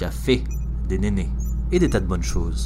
café, des nénés et des tas de bonnes choses.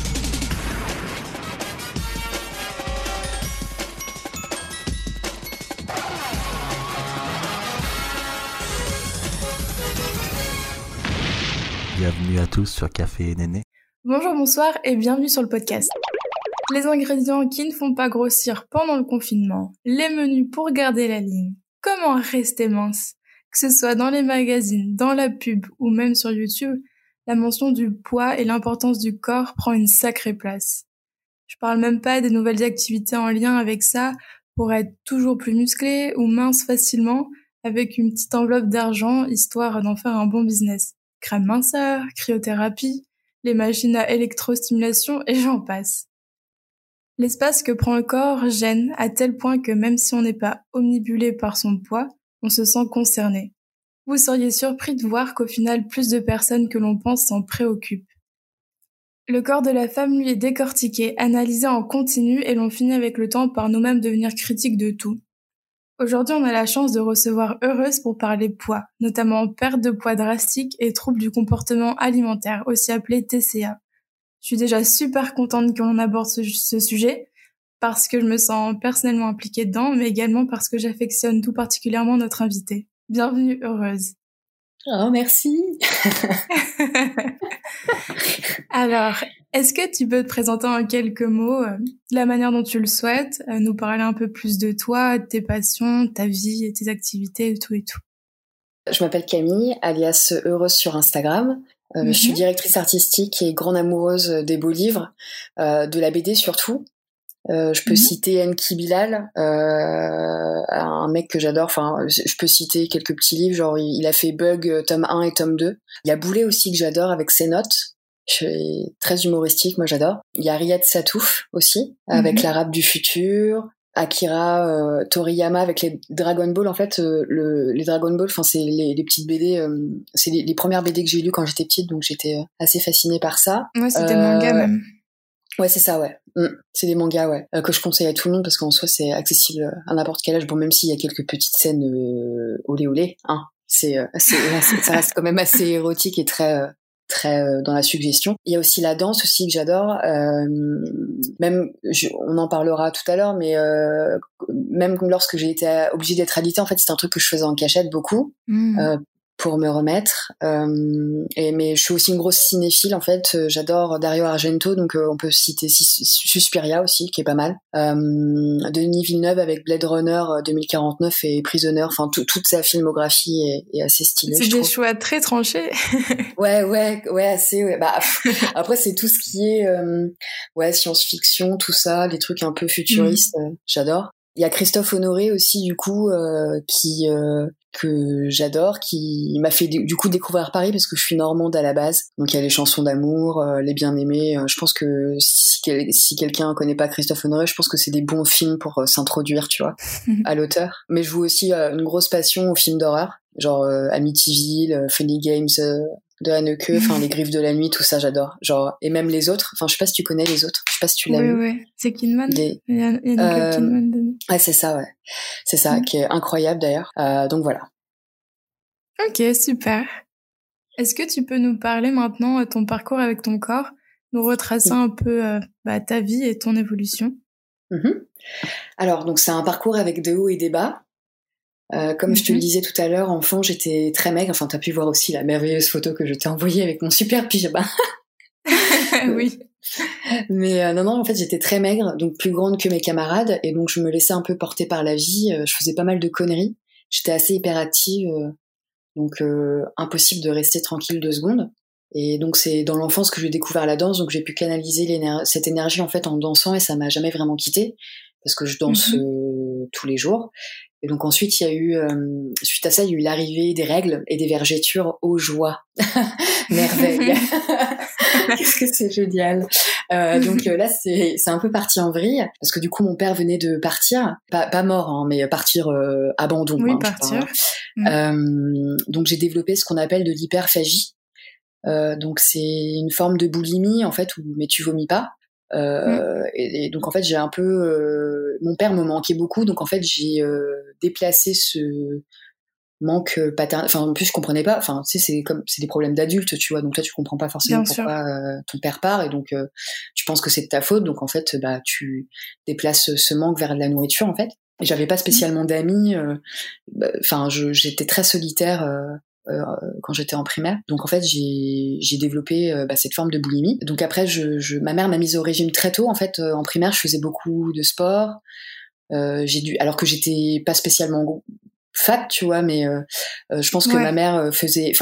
Bienvenue à tous sur Café et Néné. Bonjour, bonsoir et bienvenue sur le podcast. Les ingrédients qui ne font pas grossir pendant le confinement, les menus pour garder la ligne, comment rester mince, que ce soit dans les magazines, dans la pub ou même sur YouTube, la mention du poids et l'importance du corps prend une sacrée place. Je parle même pas des nouvelles activités en lien avec ça pour être toujours plus musclé ou mince facilement avec une petite enveloppe d'argent histoire d'en faire un bon business. Crème minceur, cryothérapie, les machines à électrostimulation et j'en passe. L'espace que prend le corps gêne à tel point que même si on n'est pas omnibulé par son poids, on se sent concerné. Vous seriez surpris de voir qu'au final, plus de personnes que l'on pense s'en préoccupent. Le corps de la femme, lui, est décortiqué, analysé en continu et l'on finit avec le temps par nous-mêmes devenir critiques de tout. Aujourd'hui, on a la chance de recevoir Heureuse pour parler poids, notamment perte de poids drastique et troubles du comportement alimentaire, aussi appelé TCA. Je suis déjà super contente qu'on aborde ce sujet, parce que je me sens personnellement impliquée dedans, mais également parce que j'affectionne tout particulièrement notre invitée. Bienvenue, Heureuse. Oh, merci. Alors, est-ce que tu peux te présenter en quelques mots, de la manière dont tu le souhaites, nous parler un peu plus de toi, de tes passions, ta vie et tes activités et tout et tout. Je m'appelle Camille, alias Heureuse sur Instagram. Je suis directrice artistique et grande amoureuse des beaux livres, de la BD surtout. Je peux citer Enki Bilal, un mec que j'adore. Enfin, je peux citer quelques petits livres, genre il a fait Bug tome 1 et tome 2. Il y a Boulet aussi que j'adore avec ses notes. Je suis très humoristique, moi j'adore. Il y a Riyad Satouf aussi, avec l'Arabe du futur. Akira Toriyama avec les Dragon Ball. En fait, les Dragon Ball, enfin c'est les petites BD, c'est les premières BD que j'ai lues quand j'étais petite, donc j'étais assez fascinée par ça. Ouais, c'était manga même. Ouais, c'est ça, ouais. C'est des mangas, ouais, que je conseille à tout le monde parce qu'en soi c'est accessible à n'importe quel âge. Bon, même s'il y a quelques petites scènes olé olé, hein, ça reste quand même assez érotique et très dans la suggestion. Il y a aussi la danse aussi que j'adore. On en parlera tout à l'heure, mais même lorsque j'ai été obligée d'être alitée, en fait, c'est un truc que je faisais en cachette beaucoup. Pour me remettre. Mais je suis aussi une grosse cinéphile, en fait. J'adore Dario Argento, donc on peut citer Suspiria aussi, qui est pas mal. Denis Villeneuve avec Blade Runner 2049 et Prisoner. Enfin, toute sa filmographie est assez stylée. C'est des choix très tranchés. Ouais, assez. Ouais. Bah, après, c'est tout ce qui est science-fiction, tout ça, les trucs un peu futuristes. J'adore. Il y a Christophe Honoré aussi, du coup, que j'adore, qui m'a fait du coup découvrir Paris parce que je suis normande à la base. Donc il y a les chansons d'amour, les bien-aimés. Je pense que si quelqu'un connaît pas Christophe Honoré, je pense que c'est des bons films pour s'introduire, tu vois, à l'auteur. Mais je joue aussi une grosse passion aux films d'horreur, genre Amityville, Funny Games de Haneke, enfin Les Griffes de la Nuit, tout ça j'adore. Genre, et même les autres. Enfin, je sais pas si tu connais les autres. Je sais pas si tu l'as vu. Oui. C'est Kidman. Il y a Nicole Kidman dedans. Ouais, c'est ça, ouais. C'est ça, qui est incroyable d'ailleurs. Donc voilà. Ok, super. Est-ce que tu peux nous parler maintenant de ton parcours avec ton corps, nous retracer un peu ta vie et ton évolution? Alors, donc c'est un parcours avec des hauts et des bas. Comme je te le disais tout à l'heure, enfant, j'étais très maigre. Enfin, t'as pu voir aussi la merveilleuse photo que je t'ai envoyée avec mon super pyjama. Oui. Mais non, en fait, j'étais très maigre, donc plus grande que mes camarades, et donc je me laissais un peu porter par la vie. Je faisais pas mal de conneries. J'étais assez hyperactive, donc impossible de rester tranquille 2 secondes. Et donc c'est dans l'enfance que j'ai découvert la danse, donc j'ai pu canaliser cette énergie en fait en dansant, et ça m'a jamais vraiment quittée parce que je danse tous les jours. Et donc ensuite, il y a eu, suite à ça, il y a eu l'arrivée des règles et des vergetures aux joies. Merveille. Qu'est-ce que c'est génial. Donc là, c'est un peu parti en vrille, parce que du coup, mon père venait de partir. Pas mort, hein, mais partir abandon. Oui, hein, partir. Donc j'ai développé ce qu'on appelle de l'hyperphagie. Donc c'est une forme de boulimie, en fait, mais tu vomis pas. Et donc en fait j'ai un peu mon père me manquait beaucoup, donc en fait j'ai déplacé manque paternel. Enfin, en plus, je comprenais pas. Enfin, tu sais, c'est des problèmes d'adultes, tu vois. Donc toi, tu comprends pas forcément pourquoi ton père part, et donc tu penses que c'est de ta faute. Donc en fait, bah, tu déplaces ce manque vers de la nourriture, en fait. Et j'avais pas spécialement d'amis. Enfin, j'étais très solitaire. Quand j'étais en primaire, donc en fait j'ai développé cette forme de boulimie. Donc après ma mère m'a mise au régime très tôt. En fait, en primaire, je faisais beaucoup de sport. Alors que j'étais pas spécialement fat, tu vois, mais je pense que ma mère faisait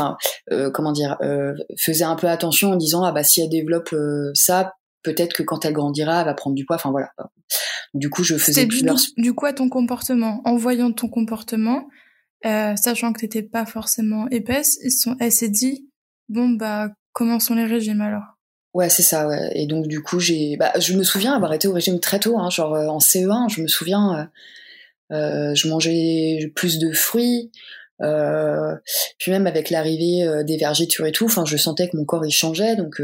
un peu attention en disant ah bah si elle développe ça, peut-être que quand elle grandira, elle va prendre du poids. Enfin voilà. Du coup, je faisais plusieurs. Du coup, à ton comportement, en voyant ton comportement, sachant que t'étais pas forcément épaisse, elle s'est dit bon bah commençons les régimes alors. Ouais, c'est ça, ouais. Et donc, du coup, je me souviens avoir été au régime très tôt, hein, genre en CE1, je me souviens, je mangeais plus de fruits, puis même avec l'arrivée des vergitures et tout, enfin, je sentais que mon corps, il changeait, donc,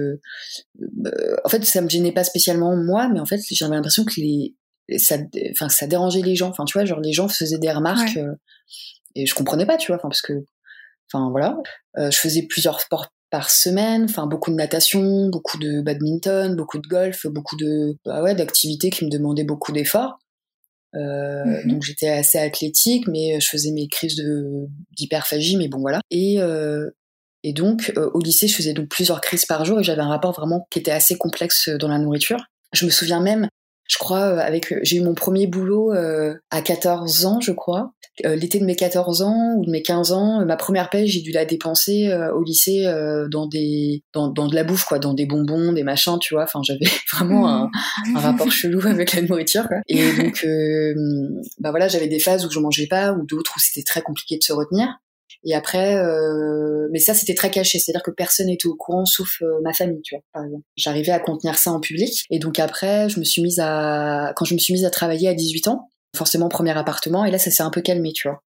en fait, ça me gênait pas spécialement moi, mais en fait, j'avais l'impression que ça dérangeait les gens, enfin, tu vois, genre, les gens faisaient des remarques, et je comprenais pas, tu vois, enfin, parce que, enfin, voilà. Je faisais plusieurs sports par semaine, enfin beaucoup de natation, beaucoup de badminton, beaucoup de golf, beaucoup d'activités qui me demandaient beaucoup d'efforts. Donc j'étais assez athlétique, mais je faisais mes crises d'hyperphagie, mais bon voilà. Et donc au lycée, je faisais donc plusieurs crises par jour et j'avais un rapport vraiment qui était assez complexe dans la nourriture. Je me souviens même, je crois, j'ai eu mon premier boulot à 14 ans, je crois. L'été de mes 14 ans ou de mes 15 ans, ma première paye, j'ai dû la dépenser au lycée dans de la bouffe, quoi, dans des bonbons, des machins, tu vois. Enfin, j'avais vraiment un rapport chelou avec la nourriture, quoi. Et donc, bah voilà, j'avais des phases où je mangeais pas, ou d'autres où c'était très compliqué de se retenir. Et après, mais ça c'était très caché, c'est-à-dire que personne n'était au courant sauf ma famille, tu vois, par exemple. J'arrivais à contenir ça en public, et donc après, quand je me suis mise à travailler à 18 ans, forcément premier appartement, et là ça s'est un peu calmé, tu vois.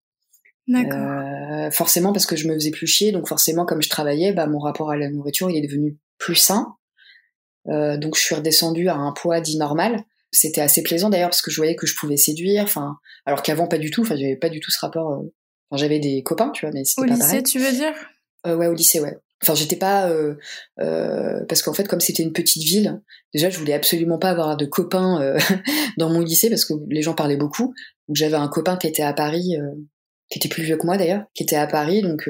D'accord. Forcément parce que je me faisais plus chier, donc forcément comme je travaillais, bah mon rapport à la nourriture il est devenu plus sain. Donc je suis redescendue à un poids dit normal. C'était assez plaisant d'ailleurs parce que je voyais que je pouvais séduire, enfin, alors qu'avant pas du tout, enfin j'avais pas du tout ce rapport. Enfin, j'avais des copains, tu vois, mais c'était pas pareil. Au lycée, tu veux dire ? Ouais, au lycée, ouais. Enfin, j'étais pas... parce qu'en fait, comme c'était une petite ville, déjà, je voulais absolument pas avoir de copains dans mon lycée parce que les gens parlaient beaucoup. Donc, j'avais un copain qui était à Paris, qui était plus vieux que moi, d'ailleurs, qui était à Paris, donc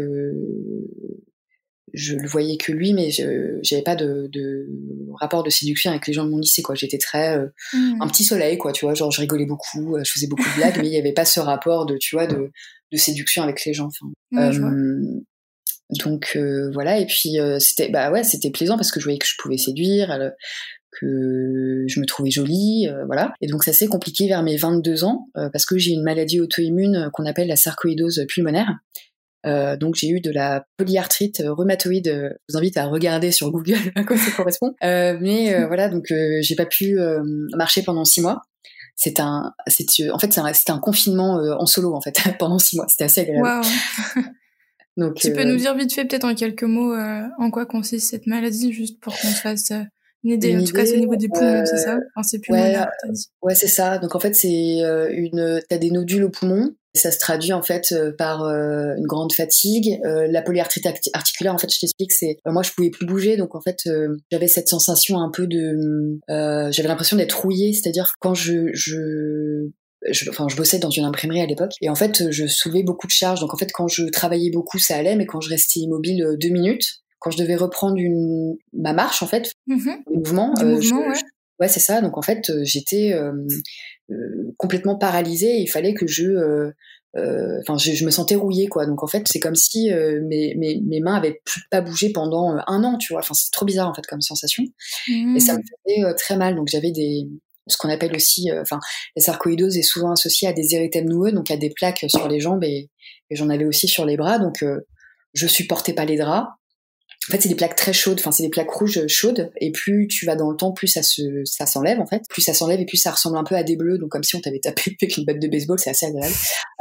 je le voyais que lui, mais j'avais pas de rapport de séduction avec les gens de mon lycée, quoi. J'étais très... un petit soleil, quoi, tu vois, genre, je rigolais beaucoup, je faisais beaucoup de blagues, mais il y avait pas ce rapport de, tu vois, de séduction avec les gens. Ouais, je vois. Donc voilà, et puis c'était plaisant parce que je voyais que je pouvais séduire, que je me trouvais jolie, voilà. Et donc ça s'est compliqué vers mes 22 ans parce que j'ai une maladie auto-immune qu'on appelle la sarcoïdose pulmonaire. Donc j'ai eu de la polyarthrite rhumatoïde. Je vous invite à regarder sur Google à quoi ça correspond. Mais voilà, donc j'ai pas pu marcher pendant 6 mois. C'était un confinement en solo en fait pendant 6 mois. C'était assez agréable. Wow. Donc, tu peux nous dire vite fait, peut-être en quelques mots, en quoi consiste cette maladie, juste pour qu'on se fasse une idée. En tout cas, c'est au niveau des poumons, c'est ça ? Enfin, c'est pulmonaire, t'as dit. Ouais, c'est ça. Donc en fait, t'as des nodules au poumon. Ça se traduit en fait par une grande fatigue. La polyarthrite articulaire, en fait, je t'explique, moi je pouvais plus bouger, donc en fait j'avais cette sensation un peu j'avais l'impression d'être rouillée, c'est-à-dire quand je bossais dans une imprimerie à l'époque, et en fait je soulevais beaucoup de charges, donc en fait quand je travaillais beaucoup ça allait, mais quand je restais immobile 2 minutes, quand je devais reprendre ma marche en fait, le mouvement, ouais. Ouais, c'est ça. Donc en fait, j'étais complètement paralysée. Et il fallait que je me sentais rouillée, quoi. Donc en fait, c'est comme si mes mains avaient plus pas bougé pendant 1 an, tu vois. Enfin, c'est trop bizarre en fait comme sensation. Et ça me faisait très mal. Donc j'avais ce qu'on appelle aussi, la sarcoïdose est souvent associée à des érythèmes noueux, donc à des plaques sur les jambes, et j'en avais aussi sur les bras. Donc je supportais pas les draps. En fait, c'est des plaques très chaudes, enfin, c'est des plaques rouges chaudes, et plus tu vas dans le temps, plus ça s'enlève, en fait. Plus ça s'enlève, et plus ça ressemble un peu à des bleus, donc comme si on t'avait tapé avec une batte de baseball, c'est assez agréable.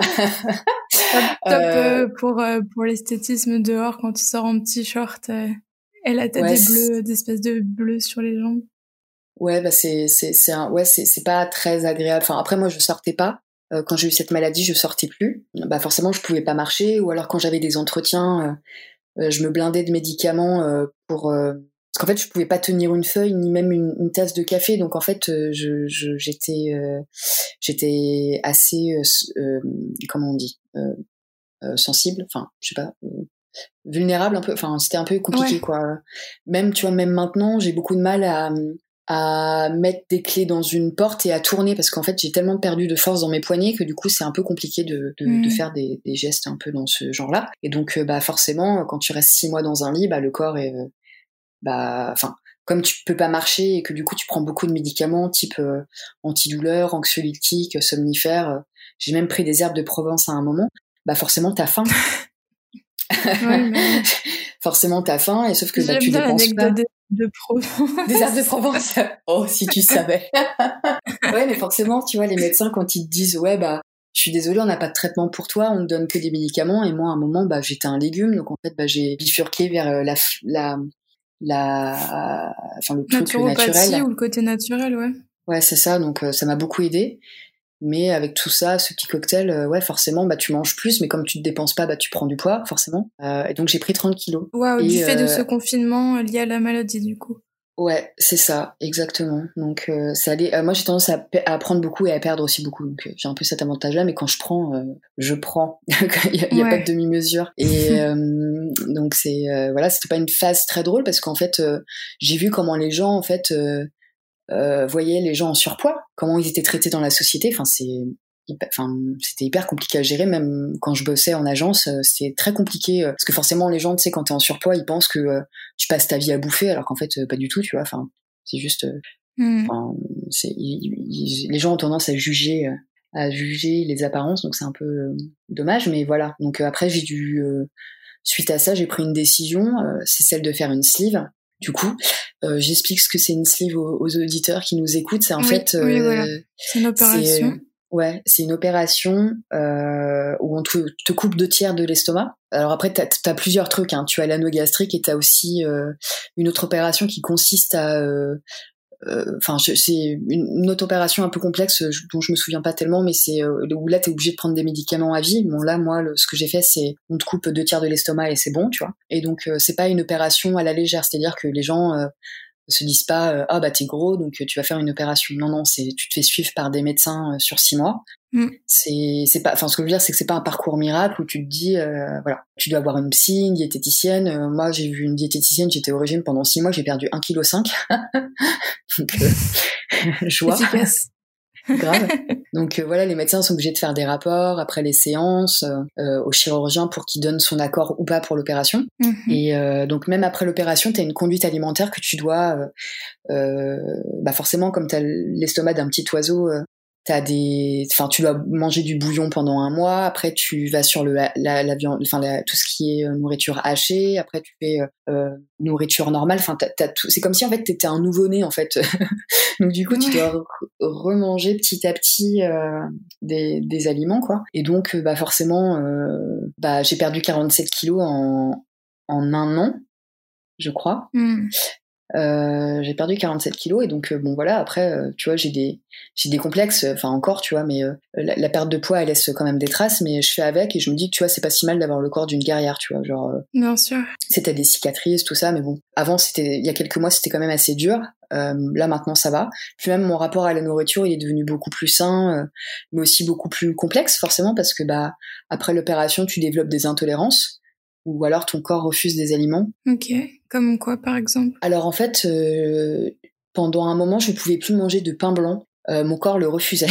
Top pour l'esthétisme dehors, quand tu sors en petit short, et là, t'as des espèces de bleus sur les jambes. Ouais, bah, c'est pas très agréable. Enfin, après, moi, je sortais pas. quand j'ai eu cette maladie, je sortais plus. Bah forcément, je pouvais pas marcher, ou alors quand j'avais des entretiens, je me blindais de médicaments pour parce qu'en fait, je pouvais pas tenir une feuille ni même une tasse de café. Donc en fait, j'étais assez comment on dit sensible. Enfin, je sais pas. Vulnérable un peu, enfin c'était un peu compliqué quoi. Même tu vois, même maintenant j'ai beaucoup de mal à mettre des clés dans une porte et à tourner parce qu'en fait j'ai tellement perdu de force dans mes poignets que du coup c'est un peu compliqué de faire des gestes un peu dans ce genre-là. Et donc bah forcément quand tu restes 6 mois dans un lit, bah le corps est bah enfin comme tu peux pas marcher et que du coup tu prends beaucoup de médicaments type antidouleur, anxiolytique, somnifère, j'ai même pris des herbes de Provence à un moment, bah forcément t'as faim. Ouais, mais... forcément t'as faim et sauf que bah, J'aime tu bien dépenses pas de Provence. des herbes de Provence. Oh si tu savais. Ouais mais forcément tu vois les médecins quand ils te disent ouais bah je suis désolée on n'a pas de traitement pour toi, on ne donne que des médicaments, et moi à un moment bah j'étais un légume, donc en fait bah j'ai bifurqué vers enfin le truc naturel. Ou le côté naturel, ouais. Ouais c'est ça, donc ça m'a beaucoup aidé. Mais avec tout ça, ce petit cocktail, ouais, forcément, bah, tu manges plus, mais comme tu te dépenses pas, bah, tu prends du poids, forcément. Et donc, j'ai pris 30 kilos. Waouh, du fait de ce confinement lié à la maladie, du coup. Ouais, c'est ça, exactement. Donc, ça allait. Moi, j'ai tendance à prendre beaucoup et à perdre aussi beaucoup. Donc, j'ai un peu cet avantage-là, mais quand je prends, je prends. Il y a pas de demi-mesure. Et donc, c'est voilà, c'était pas une phase très drôle parce qu'en fait, j'ai vu comment les gens, en fait. Voyaient les gens en surpoids, comment ils étaient traités dans la société. Enfin, c'était hyper compliqué à gérer. Même quand je bossais en agence, c'était très compliqué parce que forcément les gens, tu sais, quand t'es en surpoids, ils pensent que tu passes ta vie à bouffer, alors qu'en fait pas du tout, tu vois. Enfin, c'est juste, les gens ont tendance à juger les apparences, donc c'est un peu dommage. Mais voilà. Donc après, suite à ça, j'ai pris une décision, c'est celle de faire une sleeve. Du coup, j'explique ce que c'est une sleeve aux auditeurs qui nous écoutent. C'est en fait, voilà. C'est une opération. C'est une opération où on te coupe 2 tiers de l'estomac. Alors après, t'as plusieurs trucs. Hein. Tu as l'anneau gastrique et t'as aussi une autre opération qui consiste à c'est une autre opération un peu complexe dont je me souviens pas tellement, mais c'est où là t'es obligé de prendre des médicaments à vie. Bon là moi ce que j'ai fait c'est on te coupe 2 tiers de l'estomac et c'est bon, tu vois. Et donc c'est pas une opération à la légère, c'est-à-dire que les gens se disent pas ah bah t'es gros donc tu vas faire une opération. Non, tu te fais suivre par des médecins sur 6 mois. C'est pas, enfin ce que je veux dire c'est que c'est pas un parcours miracle où tu te dis voilà, tu dois avoir une psy, une diététicienne. Moi j'ai vu une diététicienne, j'étais au régime pendant 6 mois, j'ai perdu 1,5 kg. Donc joie. Efficace. Grave. Donc voilà, les médecins sont obligés de faire des rapports après les séances au chirurgien pour qu'il donne son accord ou pas pour l'opération. Et donc même après l'opération, t'as une conduite alimentaire que tu dois bah forcément comme t'as l'estomac d'un petit oiseau, tu dois manger du bouillon pendant 1 mois. Après, tu vas sur la viande, tout ce qui est nourriture hachée. Après, tu fais nourriture normale. Enfin, t'as tout. C'est comme si en fait t'étais un nouveau-né en fait. Donc du coup, tu dois remanger petit à petit des aliments quoi. Et donc, bah forcément, j'ai perdu 47 kilos en 1 an, je crois. J'ai perdu 47 kilos et donc bon voilà, après tu vois j'ai des complexes, enfin encore tu vois, mais la perte de poids elle laisse quand même des traces, mais je fais avec et je me dis que tu vois c'est pas si mal d'avoir le corps d'une guerrière, tu vois, genre bien sûr, c'était des cicatrices tout ça, mais bon avant il y a quelques mois c'était quand même assez dur, là maintenant ça va, puis même mon rapport à la nourriture il est devenu beaucoup plus sain, mais aussi beaucoup plus complexe forcément parce que bah après l'opération tu développes des intolérances ou alors ton corps refuse des aliments. Ok, comme quoi par exemple? Alors en fait, pendant un moment, je ne pouvais plus manger de pain blanc. Mon corps le refusait.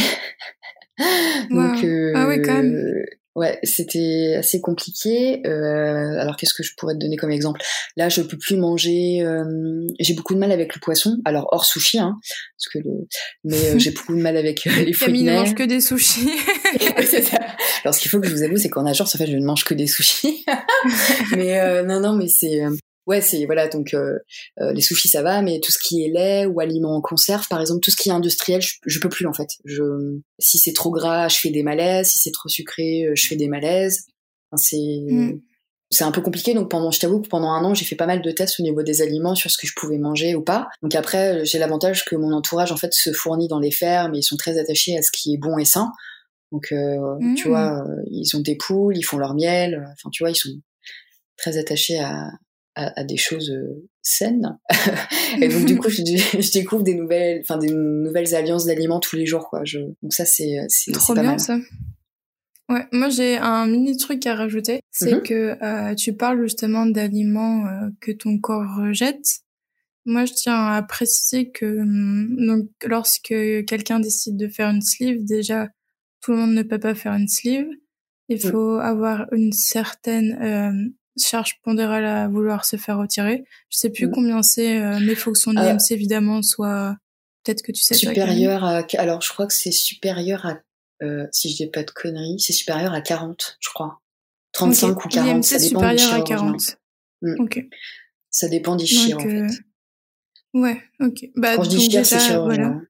Donc, ah oui, quand même. Ouais, c'était assez compliqué. Alors qu'est-ce que je pourrais te donner comme exemple? Là, je peux plus manger. J'ai beaucoup de mal avec le poisson. Alors hors sushi, hein, mais j'ai beaucoup de mal avec les fruits de mer. Camille ne mange que des sushis. C'est ça. Alors ce qu'il faut que je vous avoue, c'est qu'en agence, en fait, je ne mange que des sushis. Mais non, mais c'est ouais, c'est voilà, donc les sushis ça va, mais tout ce qui est lait ou aliments en conserve, par exemple, tout ce qui est industriel, je peux plus en fait. Si c'est trop gras, je fais des malaises, si c'est trop sucré, je fais des malaises. Enfin, c'est un peu compliqué, donc je t'avoue que pendant 1 an, j'ai fait pas mal de tests au niveau des aliments sur ce que je pouvais manger ou pas. Donc après, j'ai l'avantage que mon entourage en fait se fournit dans les fermes et ils sont très attachés à ce qui est bon et sain. Donc, tu vois, ils ont des poules, ils font leur miel. Enfin, tu vois, ils sont très attachés à des choses saines. Et donc, du coup, je découvre des nouvelles alliances d'aliments tous les jours, quoi. Donc ça, c'est Trop pas bien, mal. ça. Ouais, moi j'ai un mini truc à rajouter, c'est que tu parles justement d'aliments que ton corps rejette. Moi je tiens à préciser que donc lorsque quelqu'un décide de faire une sleeve, déjà tout le monde ne peut pas faire une sleeve. Il faut avoir une certaine charge pondérale à vouloir se faire retirer. Je sais plus combien c'est, mais il faut que son IMC évidemment soit, peut-être que tu sais, supérieur à, alors je crois que c'est supérieur à, si je dis pas de conneries, c'est supérieur à 40, je crois. 35 ou 40, l'IMC ça dépend supérieur du à chirurgien. 40. Ok. Ça dépend du chir, en fait. Ouais, ok. Bah, quand je dis donc chir, c'est déjà, chirurgien.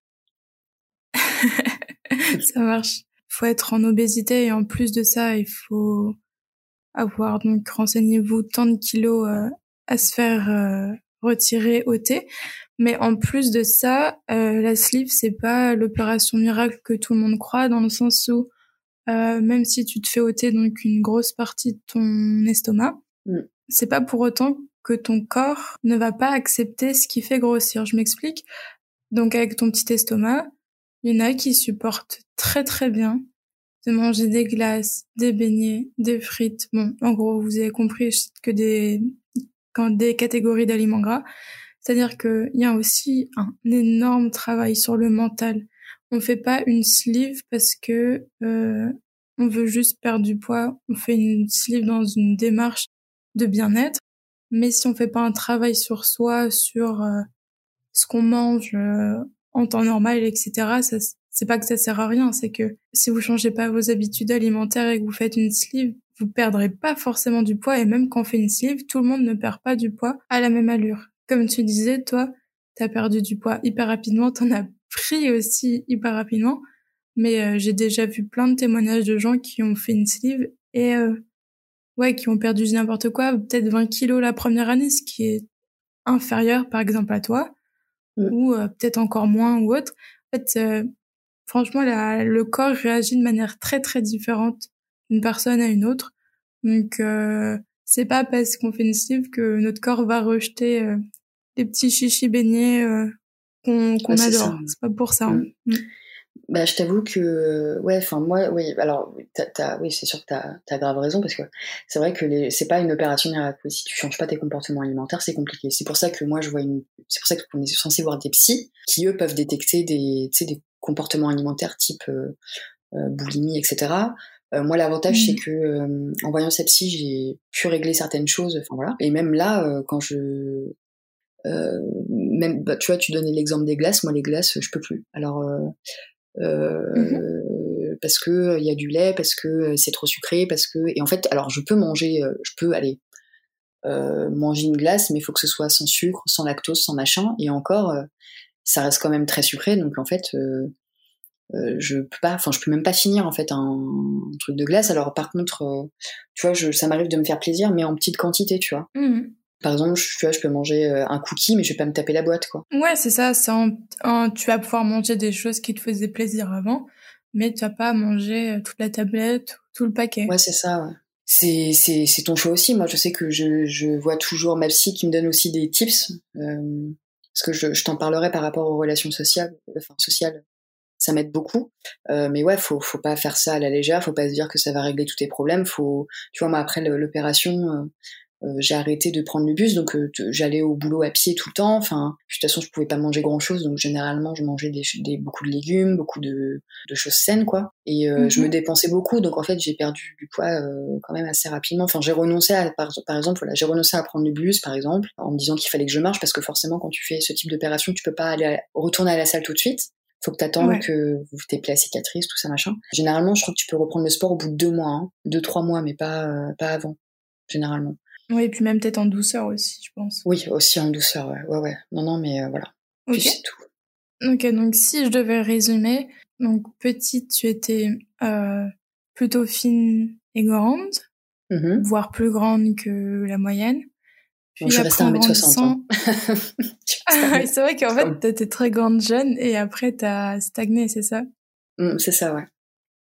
Voilà. Ça marche. Il faut être en obésité et en plus de ça, il faut avoir, donc renseignez-vous, tant de kilos à se faire retirer, ôter. Mais en plus de ça, la sleeve, c'est pas l'opération miracle que tout le monde croit, dans le sens où même si tu te fais ôter donc une grosse partie de ton estomac, c'est pas pour autant que ton corps ne va pas accepter ce qui fait grossir. Je m'explique. Donc avec ton petit estomac, il y en a qui supportent très très bien de manger des glaces, des beignets, des frites. Bon, en gros, vous avez compris, je cite que des catégories d'aliments gras. C'est-à-dire qu'il y a aussi un énorme travail sur le mental. On fait pas une sleeve parce que on veut juste perdre du poids. On fait une sleeve dans une démarche de bien-être. Mais si on fait pas un travail sur soi, sur ce qu'on mange en temps normal, etc., c'est pas que ça sert à rien, c'est que si vous changez pas vos habitudes alimentaires et que vous faites une sleeve, vous perdrez pas forcément du poids, et même quand on fait une sleeve, tout le monde ne perd pas du poids à la même allure. Comme tu disais, toi, t'as perdu du poids hyper rapidement, t'en as pris aussi hyper rapidement, mais j'ai déjà vu plein de témoignages de gens qui ont fait une sleeve et ouais, qui ont perdu n'importe quoi, peut-être 20 kilos la première année, ce qui est inférieur par exemple à toi, ou peut-être encore moins ou autre. En fait, franchement, le corps réagit de manière très très différente d'une personne à une autre. Donc, c'est pas parce qu'on fait une sleeve que notre corps va rejeter les petits chichis beignets qu'on adore. C'est pas pour ça. Hein. Bah, je t'avoue que, ouais, enfin, moi, oui, alors, oui, c'est sûr que t'as grave raison, parce que c'est vrai que c'est pas une opération miracle. Si tu changes pas tes comportements alimentaires, c'est compliqué. C'est pour ça que moi, c'est pour ça qu'on est censé voir des psys, qui eux peuvent détecter des comportements alimentaires type boulimie, etc. Moi, l'avantage, c'est que, en voyant cette psy, j'ai pu régler certaines choses, enfin voilà. Et même là, quand même, bah, tu vois, tu donnais l'exemple des glaces, moi, les glaces, je peux plus. Alors, parce que il y a du lait, parce que c'est trop sucré, et en fait, alors je peux manger, manger une glace, mais il faut que ce soit sans sucre, sans lactose, sans machin, et encore, ça reste quand même très sucré, donc en fait, je peux même pas finir en fait un truc de glace. Alors par contre, tu vois, ça m'arrive de me faire plaisir, mais en petite quantité, tu vois. Par exemple, tu vois, je peux manger un cookie, mais je vais pas me taper la boîte, quoi. Ouais, c'est ça. Tu vas pouvoir manger des choses qui te faisaient plaisir avant, mais tu vas pas manger toute la tablette, tout le paquet. Ouais, c'est ça, ouais. C'est ton choix aussi. Moi, je sais que je vois toujours ma psy qui me donne aussi des tips, parce que je t'en parlerai par rapport aux relations sociales, ça m'aide beaucoup. Mais ouais, faut pas faire ça à la légère, faut pas se dire que ça va régler tous tes problèmes. Tu vois, moi, après l'opération, j'ai arrêté de prendre le bus, donc j'allais au boulot à pied tout le temps. Enfin, de toute façon, je pouvais pas manger grand chose, donc généralement, je mangeais beaucoup de légumes, beaucoup de choses saines, quoi. Et je me dépensais beaucoup, donc en fait, j'ai perdu du poids quand même assez rapidement. Enfin, j'ai renoncé par exemple, voilà, j'ai renoncé à prendre le bus, par exemple, en me disant qu'il fallait que je marche, parce que forcément, quand tu fais ce type d'opération, tu peux pas retourner à la salle tout de suite. Faut que t'attendes que vous t'aies la cicatrice, tout ça, machin. Généralement, je crois que tu peux reprendre le sport au bout de 2 mois, hein. 2-3 mois, mais pas avant, généralement. Oui, et puis même peut-être en douceur aussi, je pense. Oui, aussi en douceur, ouais. Non, mais voilà. Ok. Puis c'est tout. Ok, donc si je devais résumer, donc petite, tu étais plutôt fine et grande, voire plus grande que la moyenne. Puis donc, je suis restée à 1m60. Hein. C'est vrai qu'en fait, t'étais très grande jeune et après t'as stagné, c'est ça? C'est ça, ouais.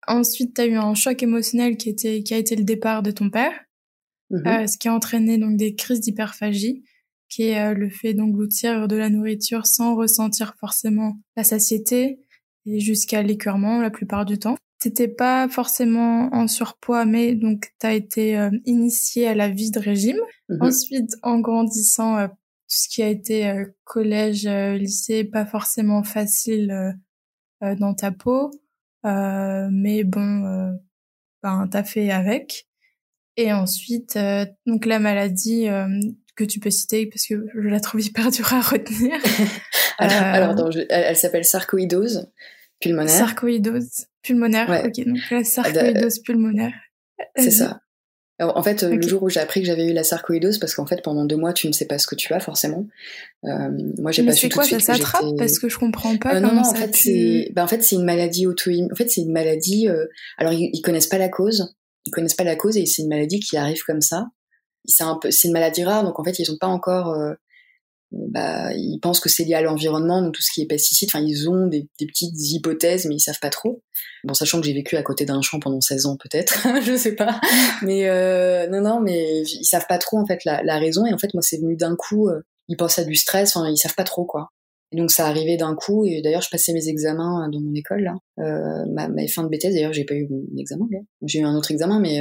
Ensuite, tu as eu un choc émotionnel qui a été le départ de ton père, ce qui a entraîné donc des crises d'hyperphagie, qui est le fait d'engloutir de la nourriture sans ressentir forcément la satiété et jusqu'à l'écœurement la plupart du temps. T'étais pas forcément en surpoids, mais donc t'as été initié à la vie de régime. Ensuite, en grandissant, tout ce qui a été collège, lycée, pas forcément facile dans ta peau, mais bon, t'as fait avec. Et ensuite, donc la maladie que tu peux citer parce que je la trouve hyper dure à retenir. Elle s'appelle sarcoïdose pulmonaire. Sarcoïdose pulmonaire, ouais. Ok, donc la sarcoïdose pulmonaire. C'est ça. Alors, en fait, le jour où j'ai appris que j'avais eu la sarcoïdose, parce qu'en fait, pendant 2 mois, tu ne sais pas ce que tu as, forcément. Moi, j'ai pas su tout de suite. Mais c'est quoi, ça s'attrape? Parce que je comprends pas non, comment en fait, c'est une maladie auto-immune. En fait, c'est une maladie, alors, ils connaissent pas la cause. Ils connaissent pas la cause et c'est une maladie qui arrive comme ça. C'est une maladie rare, donc en fait, ils ont pas encore, ils pensent que c'est lié à l'environnement, donc tout ce qui est pesticides, enfin, ils ont des petites hypothèses, mais ils savent pas trop. Bon, sachant que j'ai vécu à côté d'un champ pendant 16 ans, peut-être, je sais pas. Mais, non, mais ils savent pas trop, en fait, la raison. Et en fait, moi, c'est venu d'un coup, ils pensent à du stress, enfin, ils savent pas trop, quoi. Et donc, ça arrivait d'un coup, et d'ailleurs, je passais mes examens dans mon école, là. Ma fin de BTS, d'ailleurs, j'ai pas eu mon examen, là. J'ai eu un autre examen, mais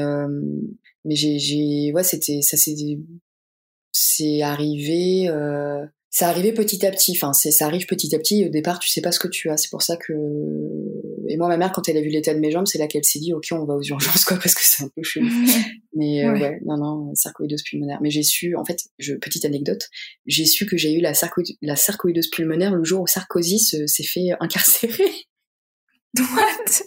c'est arrivé petit à petit, enfin ça arrive petit à petit, au départ tu sais pas ce que tu as, c'est pour ça que, et moi ma mère quand elle a vu l'état de mes jambes, c'est là qu'elle s'est dit ok on va aux urgences quoi, parce que c'est un peu chelou. Mais ouais, non, sarcoïdose pulmonaire, mais j'ai su, en fait, petite anecdote, j'ai su que j'ai eu la sarcoïdose pulmonaire le jour où Sarkozy s'est fait incarcérer. What?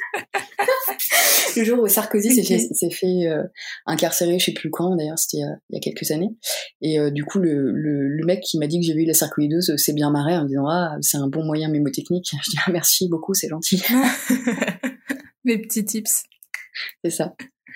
Le jour où Sarkozy s'est fait incarcérer, je sais plus quand d'ailleurs, c'était il y a quelques années. Et du coup, le mec qui m'a dit que j'avais eu la sarcoïdose s'est bien marré en me disant ah c'est un bon moyen mémotechnique. Je dis ah merci beaucoup, c'est gentil. Mes petits tips. C'est ça.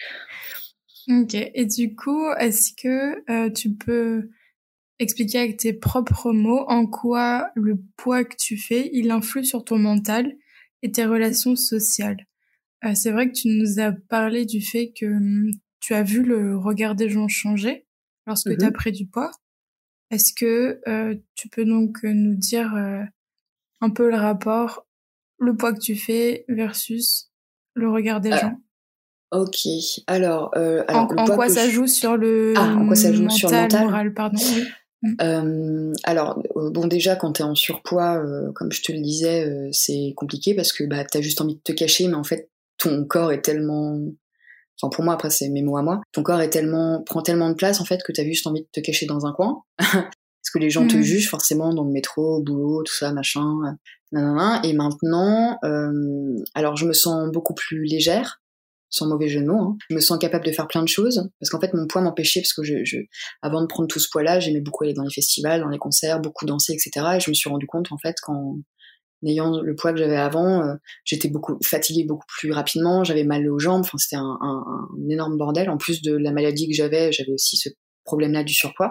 Ok. Et du coup, est-ce que tu peux expliquer avec tes propres mots en quoi le poids que tu fais, il influe sur ton mental et tes relations sociales? C'est vrai que tu nous as parlé du fait que tu as vu le regard des gens changer lorsque tu as pris du poids. Est-ce que tu peux donc nous dire un peu le rapport, le poids que tu fais versus le regard des gens? Ok, alors en quoi ça joue sur le mental, moral, pardon, oui. Alors bon, déjà quand t'es en surpoids, comme je te le disais, c'est compliqué parce que t'as juste envie de te cacher, mais en fait ton corps est tellement, enfin pour moi après c'est mes mots à moi, ton corps prend tellement de place en fait que t'as juste envie de te cacher dans un coin parce que les gens te jugent forcément dans le métro, au boulot, tout ça machin, nanana. Et maintenant, alors je me sens beaucoup plus légère, sans mauvais jeu de mots, hein. Je me sens capable de faire plein de choses parce qu'en fait mon poids m'empêchait, parce que avant de prendre tout ce poids-là, j'aimais beaucoup aller dans les festivals, dans les concerts, beaucoup danser, etc. Et je me suis rendu compte en fait qu'en ayant le poids que j'avais avant, j'étais fatiguée beaucoup plus rapidement, j'avais mal aux jambes, enfin c'était un énorme bordel. En plus de la maladie que j'avais aussi ce problème-là du surpoids.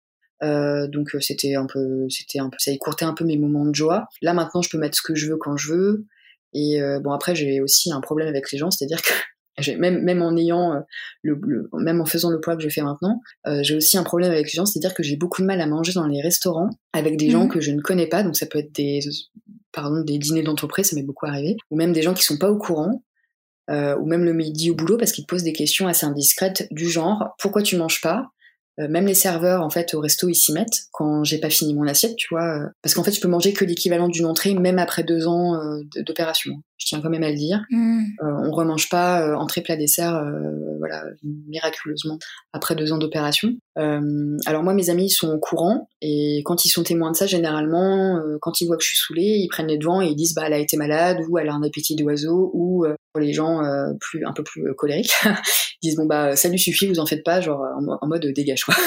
Donc c'était un peu, ça écourtait un peu mes moments de joie. Là maintenant, je peux mettre ce que je veux quand je veux. Et bon après, j'ai aussi un problème avec les gens, c'est-à-dire que même en ayant même en faisant le poids que je fais maintenant, j'ai aussi un problème avec les gens, c'est-à-dire que j'ai beaucoup de mal à manger dans les restaurants avec des gens que je ne connais pas. Donc ça peut être des dîners d'entreprise, ça m'est beaucoup arrivé, ou même des gens qui sont pas au courant, ou même le midi au boulot, parce qu'ils te posent des questions assez indiscrètes du genre pourquoi tu manges pas. Même les serveurs en fait au resto ils s'y mettent quand j'ai pas fini mon assiette, tu vois, parce qu'en fait je peux manger que l'équivalent d'une entrée même après 2 ans d'opération. Je tiens quand même à le dire. On remange pas entrée plat dessert, voilà, miraculeusement après 2 ans d'opération. Alors moi mes amis sont au courant et quand ils sont témoins de ça, généralement quand ils voient que je suis saoulée, ils prennent les devants et ils disent elle a été malade ou elle a un appétit d'oiseau, ou pour les gens un peu plus colériques ils disent ça lui suffit, vous en faites pas, genre en mode dégage quoi.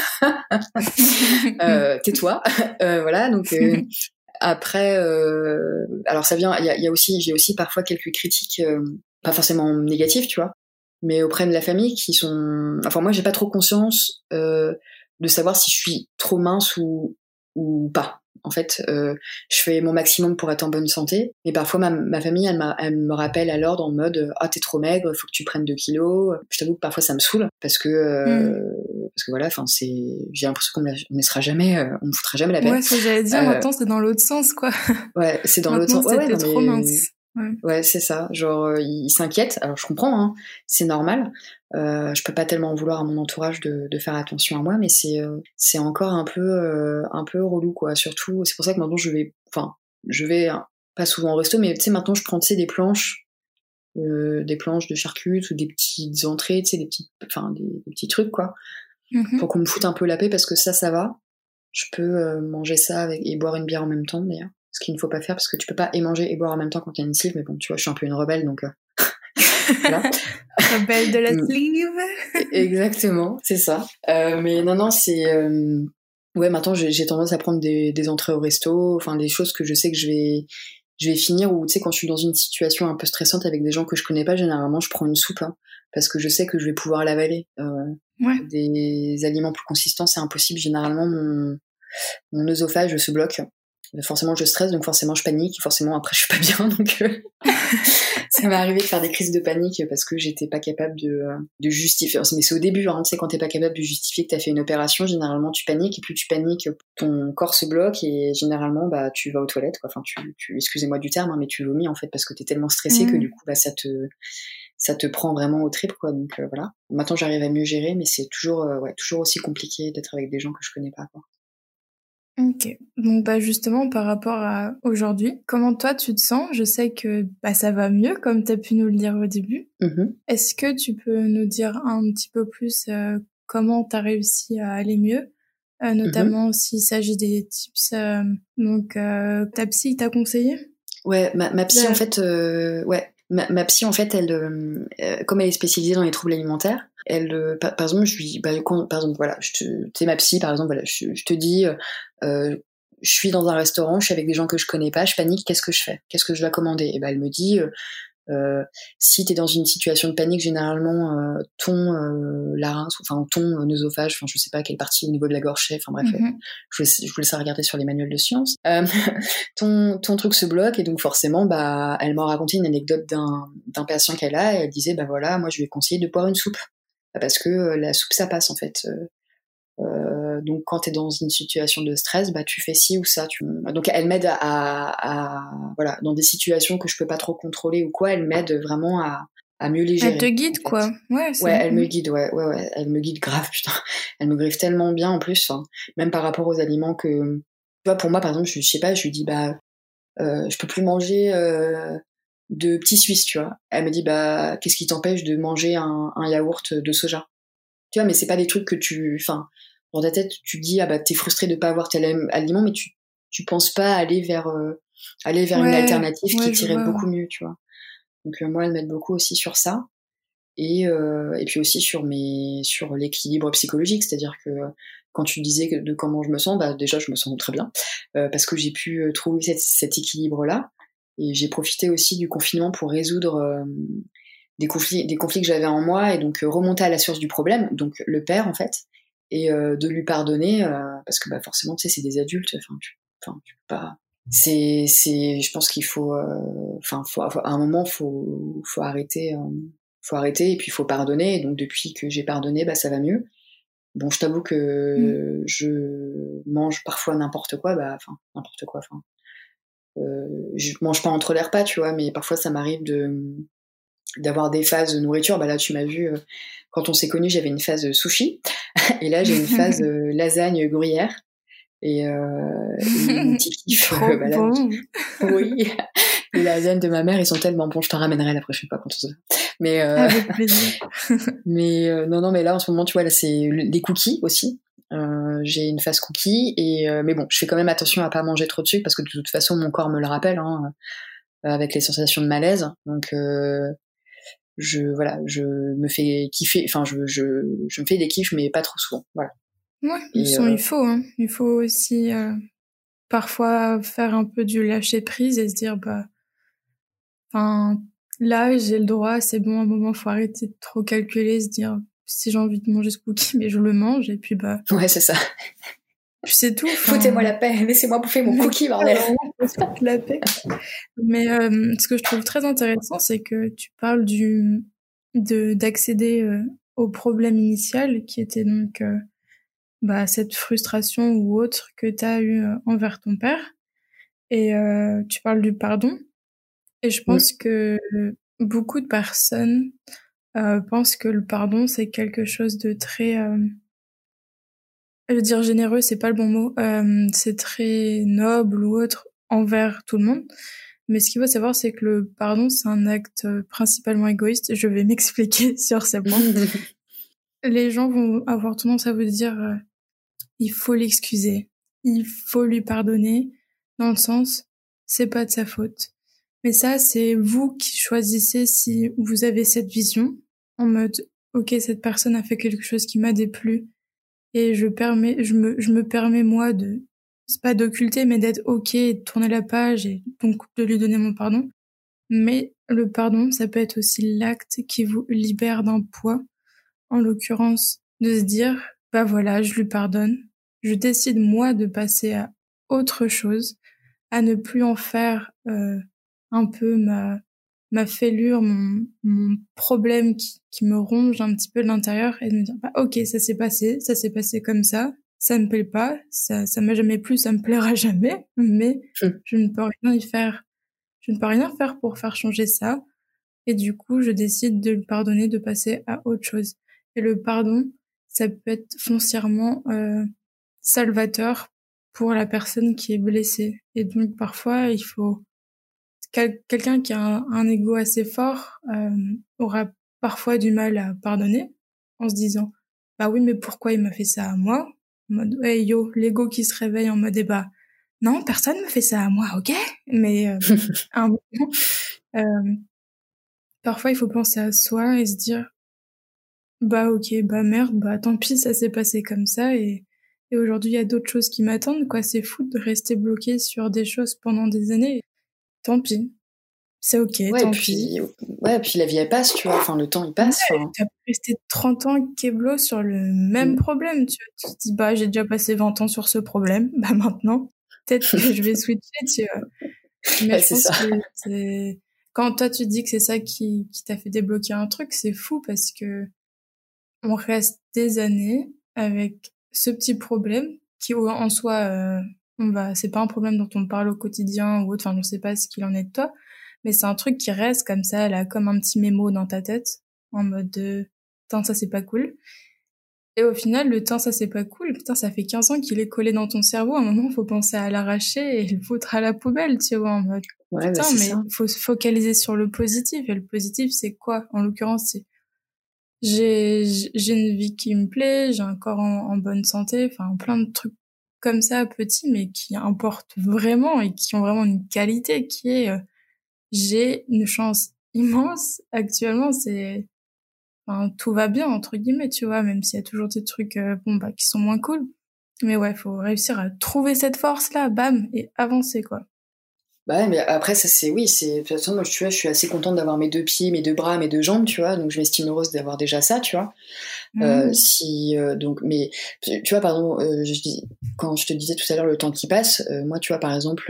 Tais-toi. Voilà, donc après alors ça vient, j'ai aussi parfois quelques critiques pas forcément négatives, tu vois, mais auprès de la famille qui sont, enfin moi j'ai pas trop conscience de savoir si je suis trop mince ou ou pas. En fait, je fais mon maximum pour être en bonne santé, mais parfois ma famille, elle me rappelle à l'ordre en mode « Ah, t'es trop maigre, faut que tu prennes 2 kilos ». Je t'avoue que parfois ça me saoule, parce que voilà, j'ai l'impression qu'on ne sera jamais, on me foutra jamais la paix. Ouais, ça j'allais dire, maintenant c'est dans l'autre sens, quoi. Ouais, c'est dans l'autre sens. Maintenant c'était trop mince. Ouais, c'est ça. Genre, ils s'inquiètent. Alors, je comprends, hein, c'est normal. Je peux pas tellement en vouloir à mon entourage de faire attention à moi, mais c'est encore un peu relou, quoi. Surtout, c'est pour ça que maintenant je vais pas souvent au resto, mais tu sais, maintenant je prends, tu sais, des planches de charcutes ou des petites entrées, tu sais, des petits trucs, quoi, pour qu'on me foute un peu la paix, parce que ça va. Je peux manger ça et boire une bière en même temps, d'ailleurs. Ce qu'il ne faut pas faire, parce que tu peux pas et manger et boire en même temps quand t'as une sleeve, mais bon, tu vois, je suis un peu une rebelle, donc voilà. Rebelle de la sleeve. Exactement, c'est ça. Mais non, c'est... Ouais, maintenant, j'ai tendance à prendre des entrées au resto, enfin, des choses que je sais que je vais finir, ou tu sais, quand je suis dans une situation un peu stressante avec des gens que je connais pas, généralement, je prends une soupe, hein, parce que je sais que je vais pouvoir l'avaler. Des aliments plus consistants, c'est impossible. Généralement, mon œsophage se bloque. Forcément, je stresse, donc forcément, je panique. Forcément, après, je suis pas bien. Donc, ça m'est arrivé de faire des crises de panique parce que j'étais pas capable de justifier. Mais c'est au début, hein, tu sais, quand t'es pas capable de justifier que t'as fait une opération, généralement, tu paniques. Et plus tu paniques, ton corps se bloque et généralement, bah, tu vas aux toilettes, quoi. Enfin, excusez-moi du terme, hein, mais tu vomis, en fait, parce que t'es tellement stressé que du coup, bah, ça te prend vraiment au trip, quoi. Donc, voilà. Maintenant, j'arrive à mieux gérer, mais c'est toujours aussi compliqué d'être avec des gens que je connais pas, quoi. Ok, donc bah justement par rapport à aujourd'hui, comment toi tu te sens? Je sais que bah ça va mieux comme t'as pu nous le dire au début. Est-ce que tu peux nous dire un petit peu plus comment t'as réussi à aller mieux, notamment s'il s'agit des tips. Donc ta psy t'a conseillé? Ouais, ma psy en fait, ma psy en fait, elle, comme elle est spécialisée dans les troubles alimentaires, elle, par exemple, je lui, par exemple, voilà, t'es ma psy, par exemple, voilà, je te dis, je suis dans un restaurant, je suis avec des gens que je connais pas, je panique, qu'est-ce que je fais? Qu'est-ce que je dois commander? Et ben elle me dit, si t'es dans une situation de panique, généralement ton larynx, enfin ton œsophage, enfin je sais pas quelle partie au niveau de la gorge, enfin bref, je vous laisse regarder sur les manuels de sciences. Ton truc se bloque et donc forcément, bah, elle m'a raconté une anecdote d'un patient qu'elle a et elle disait, bah voilà, moi je lui ai conseillé de boire une soupe parce que la soupe ça passe en fait. Donc quand t'es dans une situation de stress, bah tu fais ci ou ça. Donc elle m'aide à voilà, dans des situations que je peux pas trop contrôler ou quoi, elle m'aide vraiment à mieux les gérer. Elle te guide, en fait. Quoi. Ouais, elle me guide, ouais, elle me guide grave, putain. Elle me griffe tellement bien en plus, hein. Même par rapport aux aliments que, tu vois, pour moi par exemple, je sais pas, je lui dis bah je peux plus manger de petits Suisses, tu vois. Elle me dit bah qu'est-ce qui t'empêche de manger un yaourt de soja? Tu vois, mais c'est pas des trucs que dans ta tête, tu te dis, ah bah, t'es frustré de pas avoir tel aliment, mais tu penses pas aller vers une alternative qui t'irait beaucoup mieux, tu vois. Donc, moi, elle m'aide beaucoup aussi sur ça. Et puis aussi sur l'équilibre psychologique, c'est-à-dire que quand tu disais de comment je me sens, bah, déjà, je me sens très bien, parce que j'ai pu trouver cet équilibre-là. Et j'ai profité aussi du confinement pour résoudre des conflits que j'avais en moi et donc remonter à la source du problème, donc le père en fait, et de lui pardonner parce que bah forcément tu sais c'est des adultes, tu peux pas, je pense qu'il faut à un moment faut arrêter et puis il faut pardonner, et donc depuis que j'ai pardonné, bah ça va mieux. Bon, je t'avoue que je mange parfois n'importe quoi, je mange pas entre les repas, tu vois, mais parfois ça m'arrive d'avoir des phases de nourriture. Bah là, tu m'as vu, quand on s'est connus, j'avais une phase sushi. Et là, j'ai une phase lasagne gruyère. Et mon petit kiff. Bon. Oui. Les lasagnes de ma mère, ils sont tellement bons. Je t'en ramènerai la prochaine fois quand on se voit. Mais, avec plaisir. mais non, mais là, en ce moment, tu vois, là, c'est des cookies aussi. J'ai une phase cookie. Mais bon, je fais quand même attention à pas manger trop de sucre parce que de toute façon, mon corps me le rappelle, hein, avec les sensations de malaise. Donc, je me fais kiffer, enfin je me fais des kiffs mais pas trop souvent, voilà. Ouais, il faut aussi parfois faire un peu du lâcher prise et se dire bah là j'ai le droit, c'est bon, à un moment faut arrêter de trop calculer, se dire si j'ai envie de manger ce cookie mais je le mange et puis bah ouais c'est ça. c'est tout. Foutez-moi la paix, laissez-moi bouffer mon cookie, bordel. La paix. Mais ce que je trouve très intéressant, c'est que tu parles d'accéder au problème initial, qui était donc cette frustration ou autre que tu as eu envers ton père. Et tu parles du pardon. Et je pense que beaucoup de personnes pensent que le pardon, c'est quelque chose de très... je veux dire généreux, c'est pas le bon mot. C'est très noble ou autre envers tout le monde. Mais ce qu'il faut savoir, c'est que le pardon, c'est un acte principalement égoïste. Je vais m'expliquer sur ce point. Les gens vont avoir tendance à vous dire il faut l'excuser, il faut lui pardonner, dans le sens c'est pas de sa faute. Mais ça, c'est vous qui choisissez si vous avez cette vision en mode ok, cette personne a fait quelque chose qui m'a déplu et je me permets moi de, c'est pas d'occulter, mais d'être ok et de tourner la page et donc de lui donner mon pardon. Mais le pardon, ça peut être aussi l'acte qui vous libère d'un poids, en l'occurrence de se dire bah voilà, je lui pardonne, je décide moi de passer à autre chose, à ne plus en faire un peu ma fêlure, mon problème qui me ronge un petit peu de l'intérieur, et de me dire bah ok, ça s'est passé comme ça me plaît pas, ça m'a jamais plu, ça me plaira jamais, mais je ne peux rien y faire, je ne peux rien faire pour faire changer ça, et du coup je décide de le pardonner, de passer à autre chose. Et le pardon, ça peut être foncièrement salvateur pour la personne qui est blessée. Et donc parfois, il faut quelqu'un qui a un ego assez fort aura parfois du mal à pardonner en se disant bah oui, mais pourquoi il m'a fait ça à moi, en mode hey yo, l'ego qui se réveille en mode bah non, personne me fait ça à moi, ok, mais à un moment, parfois il faut penser à soi et se dire bah ok, bah merde, bah tant pis, ça s'est passé comme ça, et aujourd'hui il y a d'autres choses qui m'attendent, quoi. C'est fou de rester bloqué sur des choses pendant des années. Tant pis, c'est ok, tant pis. Ouais, puis la vie elle passe, tu vois, enfin le temps il passe. Ouais, t'as resté 30 ans keblo sur le même problème, tu vois. Tu te dis bah j'ai déjà passé 20 ans sur ce problème, bah maintenant peut-être que je vais switcher, tu vois. Mais ouais, je pense que c'est... Quand toi tu dis que c'est ça qui t'a fait débloquer un truc, c'est fou parce que on reste des années avec ce petit problème qui en soi c'est pas un problème dont on parle au quotidien ou autre, enfin je sais pas ce qu'il en est de toi, mais c'est un truc qui reste comme ça là, comme un petit mémo dans ta tête en mode de putain ça c'est pas cool, et au final le temps ça c'est pas cool, putain ça fait 15 ans qu'il est collé dans ton cerveau, à un moment faut penser à l'arracher et le foutre à la poubelle, tu vois, en mode ouais, putain mais ça. faut se focaliser sur le positif, et le positif c'est quoi en l'occurrence, c'est j'ai une vie qui me plaît, j'ai un corps en bonne santé, enfin plein de trucs comme ça petits mais qui importent vraiment et qui ont vraiment une qualité qui est j'ai une chance immense actuellement, c'est enfin tout va bien entre guillemets, tu vois, même s'il y a toujours des trucs qui sont moins cool, mais ouais, faut réussir à trouver cette force là, bam, et avancer quoi. Bah ouais, mais après ça c'est de toute façon moi tu vois, je suis assez contente d'avoir mes 2 pieds, mes 2 bras, mes 2 jambes, tu vois, donc je m'estime heureuse d'avoir déjà ça, tu vois. Donc mais tu vois, pardon, quand je te disais tout à l'heure le temps qui passe, moi tu vois par exemple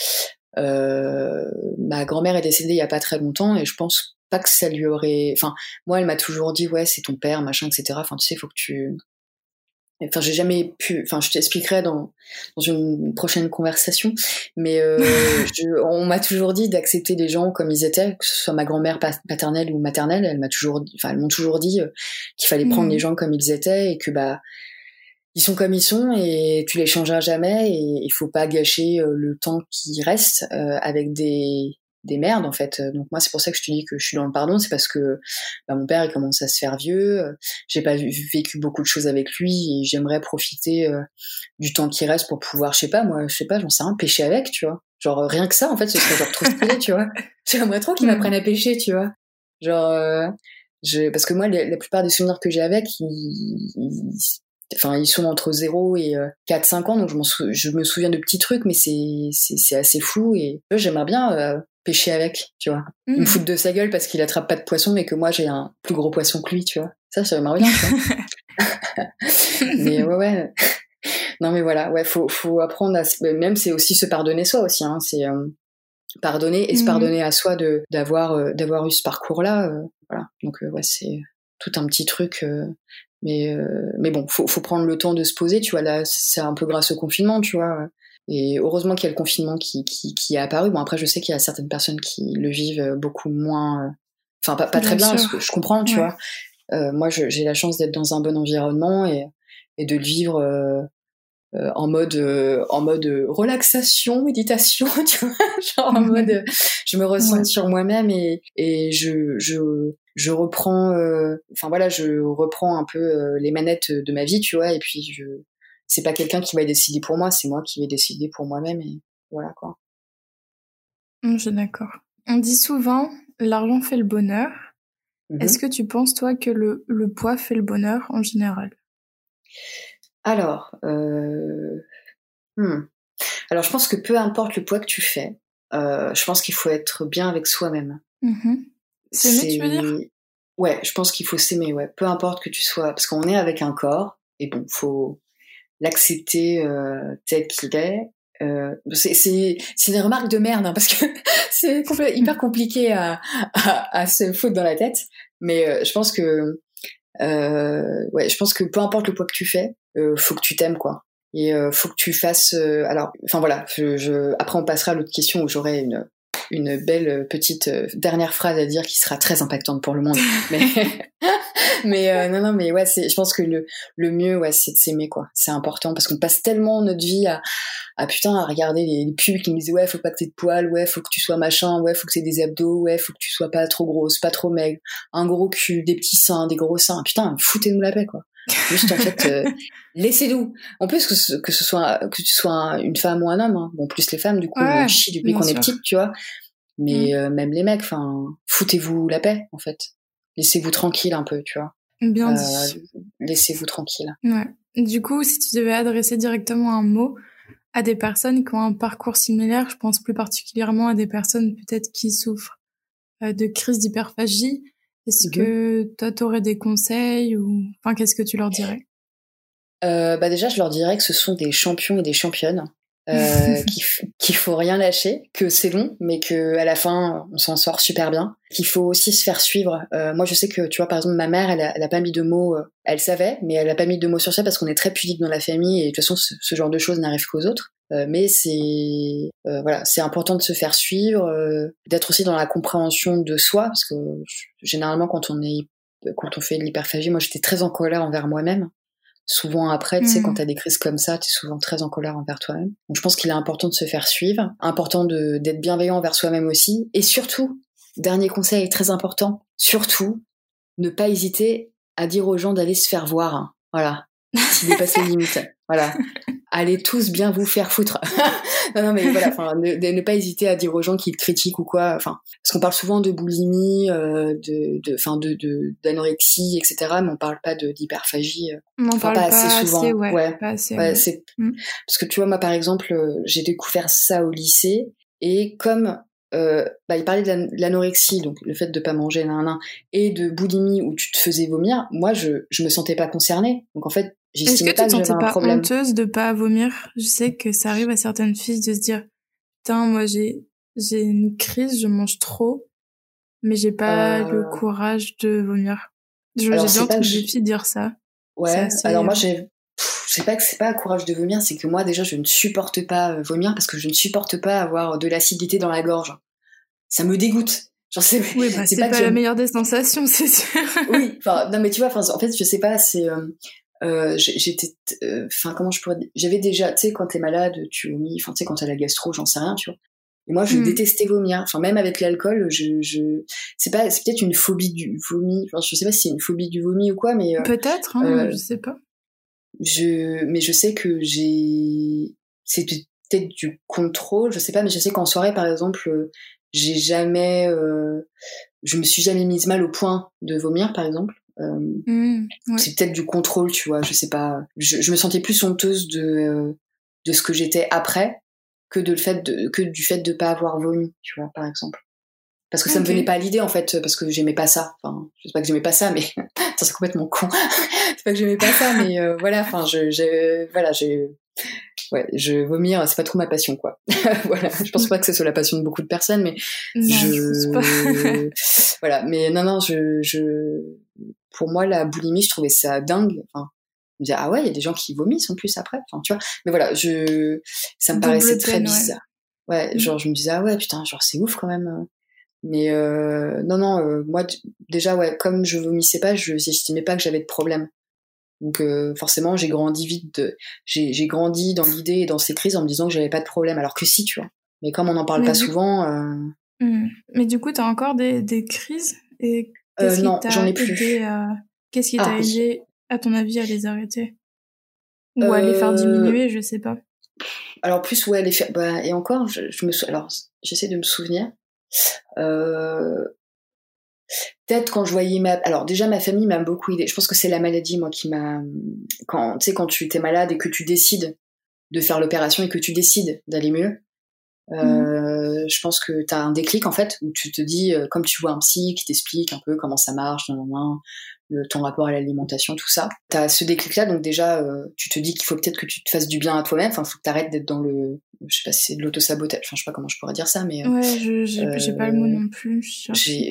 ma grand-mère est décédée il y a pas très longtemps et je pense pas que ça lui aurait, enfin moi elle m'a toujours dit ouais c'est ton père machin etc, enfin tu sais faut que tu, enfin j'ai jamais pu, enfin je t'expliquerai dans une prochaine conversation, mais on m'a toujours dit d'accepter les gens comme ils étaient, que ce soit ma grand-mère paternelle ou maternelle, elles m'ont toujours dit qu'il fallait prendre les gens comme ils étaient et que bah ils sont comme ils sont et tu les changeras jamais, et il faut pas gâcher le temps qui reste avec des merdes en fait. Donc moi c'est pour ça que je te dis que je suis dans le pardon, c'est parce que mon père il commence à se faire vieux, j'ai pas vécu beaucoup de choses avec lui et j'aimerais profiter du temps qui reste pour pouvoir, je sais pas, j'en sais rien, pêcher avec, tu vois. Genre rien que ça en fait ce serait genre trop stylé, tu vois. J'aimerais trop qu'il m'apprenne à pêcher, tu vois. Genre parce que moi la plupart des souvenirs que j'ai avec ils sont entre 0 et 4-5 ans, donc je me souviens de petits trucs, mais c'est assez flou, et j'aimerais bien pêcher avec, tu vois. Il me fout de sa gueule parce qu'il attrape pas de poisson, mais que moi j'ai un plus gros poisson que lui, tu vois. Ça j'aimerais bien, tu vois. Mais ouais. Non mais voilà, ouais, faut apprendre même c'est aussi se pardonner soi aussi, hein, c'est pardonner et se pardonner à soi d'avoir eu ce parcours-là, voilà. Donc ouais, c'est tout un petit truc, mais bon, faut prendre le temps de se poser, tu vois. Là, c'est un peu grâce au confinement, tu vois. Et heureusement qu'il y a le confinement qui est apparu. Bon, après, je sais qu'il y a certaines personnes qui le vivent beaucoup moins, enfin pas très bien, je comprends, tu vois. Moi, j'ai la chance d'être dans un bon environnement et de le vivre en mode relaxation, méditation, tu vois, genre en mode je me ressens sur moi-même et je reprends enfin voilà, je reprends un peu les manettes de ma vie, tu vois, et puis c'est pas quelqu'un qui va décider pour moi, c'est moi qui vais décider pour moi-même et voilà quoi. Je suis d'accord. On dit souvent l'argent fait le bonheur. Est-ce que tu penses toi que le poids fait le bonheur en général? Alors alors je pense que peu importe le poids que tu fais, je pense qu'il faut être bien avec soi-même. S'aimer, tu veux dire? Ouais, je pense qu'il faut s'aimer, ouais. Peu importe que tu sois, parce qu'on est avec un corps et bon, faut l'accepter tel qu'il est. C'est des remarques de merde, hein, parce que c'est hyper compliqué à se foutre dans la tête. Mais je pense que ouais, je pense que peu importe le poids que tu fais, faut que tu t'aimes, quoi. Et faut que tu fasses. Alors, enfin voilà. Après, on passera à l'autre question où j'aurai une belle petite dernière phrase à dire qui sera très impactante pour le monde. Mais non, mais ouais, je pense que le mieux, ouais, c'est de s'aimer, quoi. C'est important parce qu'on passe tellement notre vie à putain, à regarder les pubs qui nous disent ouais, faut pas que t'aies de poils, ouais, faut que tu sois machin, ouais, faut que t'aies des abdos, ouais, faut que tu sois pas trop grosse, pas trop maigre, un gros cul, des petits seins, des gros seins. Putain, foutez-nous la paix, quoi. Juste en fait, laissez-nous. En plus que tu sois une femme ou un homme, hein. Bon, plus les femmes, du coup, on chie depuis qu'on est petite, tu vois. Mais même les mecs, enfin, foutez-vous la paix, en fait. Laissez-vous tranquille un peu, tu vois. Bien dit. Laissez-vous tranquille. Ouais. Du coup, si tu devais adresser directement un mot à des personnes qui ont un parcours similaire, je pense plus particulièrement à des personnes peut-être qui souffrent de crise d'hyperphagie, est-ce que toi, t'aurais des conseils ou, enfin, qu'est-ce que tu leur dirais? Bah déjà, je leur dirais que ce sont des champions et des championnes. Qu'il faut rien lâcher, que c'est long, mais que à la fin on s'en sort super bien. Qu'il faut aussi se faire suivre. Moi, je sais que tu vois, par exemple, ma mère, elle a pas mis de mots. Elle savait, mais elle a pas mis de mots sur ça parce qu'on est très pudique dans la famille et de toute façon, ce genre de choses n'arrive qu'aux autres. Mais voilà, c'est important de se faire suivre, d'être aussi dans la compréhension de soi, parce que généralement quand on fait de l'hyperphagie, moi j'étais très en colère envers moi-même. Souvent après, tu sais, quand t'as des crises comme ça, t'es souvent très en colère envers toi-même. Donc je pense qu'il est important de se faire suivre, important d'être bienveillant envers soi-même aussi, et surtout, dernier conseil très important, surtout, ne pas hésiter à dire aux gens d'aller se faire voir. Hein. Voilà, s'ils dépassent les limites. Voilà, allez tous bien vous faire foutre. non mais voilà, enfin ne pas hésiter à dire aux gens qui te critiquent ou quoi, enfin parce qu'on parle souvent de boulimie, d'anorexie, etc. Mais on parle pas d'hyperphagie. On en parle pas assez souvent. Pas assez, c'est parce que tu vois, moi par exemple, j'ai découvert ça au lycée et comme il parlait de l'anorexie, donc le fait de pas manger et de boulimie où tu te faisais vomir, moi je me sentais pas concernée. Donc en fait, j'estimais pas que j'avais un problème. Est-ce que tu te sentais pas honteuse de pas vomir? Je sais que ça arrive à certaines filles de se dire putain, moi j'ai une crise, je mange trop, mais j'ai pas le courage de vomir. J'ai bien entendu des filles dire ça. Ouais, alors moi c'est pas que c'est pas un courage de vomir, c'est que moi déjà je ne supporte pas vomir parce que je ne supporte pas avoir de l'acidité dans la gorge. Ça me dégoûte. Genre c'est pas la meilleure des sensations, c'est sûr. Oui, enfin non mais tu vois, en fait je sais pas, c'est j'étais comment je pourrais dire, j'avais déjà, tu sais, quand t'es malade tu vomis, enfin tu sais, quand t'as la gastro, j'en sais rien, tu vois. Et moi je détestais vomir, enfin même avec l'alcool, c'est peut-être une phobie du vomi, enfin je sais pas si c'est une phobie du vomi ou quoi, mais peut-être, hein, je sais pas. Mais je sais que c'est peut-être du contrôle, je sais pas, mais je sais qu'en soirée par exemple, j'ai jamais je me suis jamais mise mal au point de vomir par exemple. C'est peut-être du contrôle, tu vois, je sais pas, je me sentais plus honteuse de ce que j'étais après que du fait de pas avoir vomi, tu vois, par exemple. Parce que ça me venait pas à l'idée, en fait, parce que j'aimais pas ça. Enfin, je sais pas que j'aimais pas ça, mais attends, c'est complètement con. C'est pas que j'aimais pas ça, mais voilà, enfin, je vomir, c'est pas trop ma passion, quoi. Voilà, je pense pas que ce soit la passion de beaucoup de personnes, mais Non, je pense pas. voilà, mais non, pour moi, la boulimie, je trouvais ça dingue. Enfin, je me disais, ah ouais, il y a des gens qui vomissent en plus après. Enfin, tu vois. Mais voilà, ça me paraissait très bizarre. Ouais, genre, je me disais, ah ouais, putain, genre, c'est ouf quand même. Mais non, moi, déjà, ouais, comme je vomissais pas, j'estimais pas que j'avais de problème. Donc forcément, j'ai grandi dans l'idée et dans ces crises en me disant que j'avais pas de problème, alors que si, tu vois. Mais comme on n'en parle pas souvent... Mais du coup, t'as encore des crises et qu'est-ce non, qui t'a j'en ai plus. aidé qu'est-ce qui t'a aidé, à ton avis, à les arrêter? Ou à les faire diminuer, je sais pas. Alors plus, ouais, et encore, alors, j'essaie de me souvenir. Peut-être quand je voyais alors déjà ma famille m'a beaucoup aidée. Je pense que c'est la maladie, moi, qui m'a, tu sais, quand tu t'es malade et que tu décides de faire l'opération et que tu décides d'aller mieux, je pense que t'as un déclic, en fait, où tu te dis, comme tu vois un psy qui t'explique un peu comment ça marche, ton rapport à l'alimentation, tout ça. T'as ce déclic-là, donc déjà, tu te dis qu'il faut peut-être que tu te fasses du bien à toi-même. Enfin, faut que t'arrêtes d'être dans je sais pas si c'est de l'auto-sabotage. Enfin, je sais pas comment je pourrais dire ça, mais ouais, j'ai pas le mot non plus.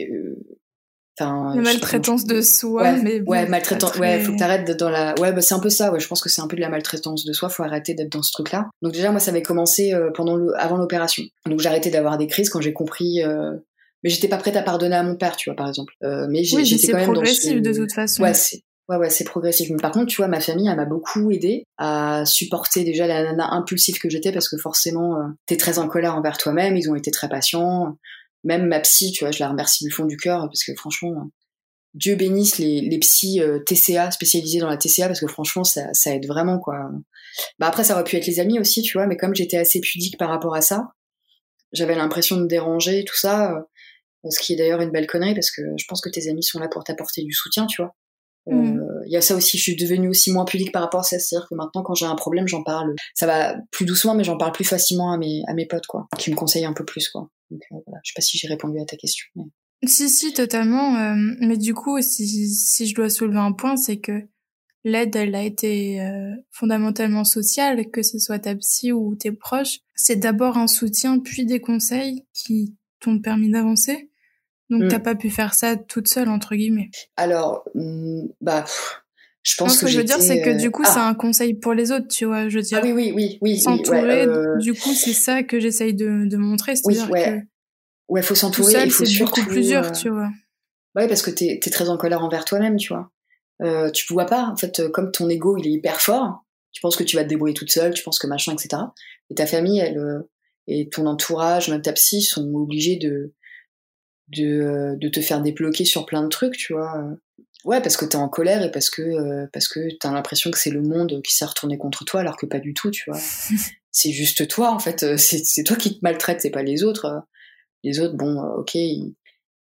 La maltraitance de soi, ouais, mais bon, ouais, maltraitance, ouais, faut que t'arrêtes d'être dans ouais, bah, c'est un peu ça, ouais, je pense que c'est un peu de la maltraitance de soi, faut arrêter d'être dans ce truc-là. Donc déjà, moi, ça avait commencé avant l'opération. Donc j'ai arrêté d'avoir des crises quand j'ai compris, mais j'étais pas prête à pardonner à mon père, tu vois, par exemple. Mais j'étais quand même dans progressif de toute façon. Ouais, c'est progressif. Mais par contre, tu vois, ma famille, elle m'a beaucoup aidée à supporter déjà la nana impulsive que j'étais, parce que forcément, t'es très en colère envers toi-même, ils ont été très patients. Même ma psy, tu vois, je la remercie du fond du cœur, parce que franchement, Dieu bénisse les psys TCA, spécialisés dans la TCA, parce que franchement, ça aide vraiment, quoi. Bah après, ça aurait pu être les amis aussi, tu vois, mais comme j'étais assez pudique par rapport à ça, j'avais l'impression de déranger, tout ça, ce qui est d'ailleurs une belle connerie, parce que je pense que tes amis sont là pour t'apporter du soutien, tu vois. Y a ça aussi, je suis devenue aussi moins pudique par rapport à ça, c'est-à-dire que maintenant, quand j'ai un problème, j'en parle. Ça va plus doucement, mais j'en parle plus facilement à mes potes, quoi, qui me conseillent un peu plus, quoi. Donc voilà, je sais pas si j'ai répondu à ta question. Mais... Si, totalement. Mais du coup, si je dois soulever un point, c'est que l'aide, elle a été fondamentalement sociale, que ce soit ta psy ou tes proches. C'est d'abord un soutien, puis des conseils qui t'ont permis d'avancer. Donc t'as pas pu faire ça toute seule, entre guillemets. Alors, je pense ce que je veux dire, c'est que du coup, c'est un conseil pour les autres, tu vois. Je veux dire, ah oui. s'entourer, du coup, c'est ça que j'essaye de montrer. C'est-à-dire que ouais, faut s'entourer. tout seul, il faut c'est surtout, beaucoup plus dur, tu vois. Ouais, parce que t'es très en colère envers toi-même, tu vois. Tu vois pas, en fait, comme ton ego, il est hyper fort, tu penses que tu vas te débrouiller toute seule, tu penses que machin, etc. Et ta famille, elle, et ton entourage, même ta psy, sont obligés de te faire débloquer sur plein de trucs, tu vois. Ouais, parce que t'es en colère et parce que t'as l'impression que c'est le monde qui s'est retourné contre toi, alors que pas du tout, tu vois. C'est juste toi, en fait. C'est toi qui te maltraites, c'est pas les autres. Les autres, bon, ok, ils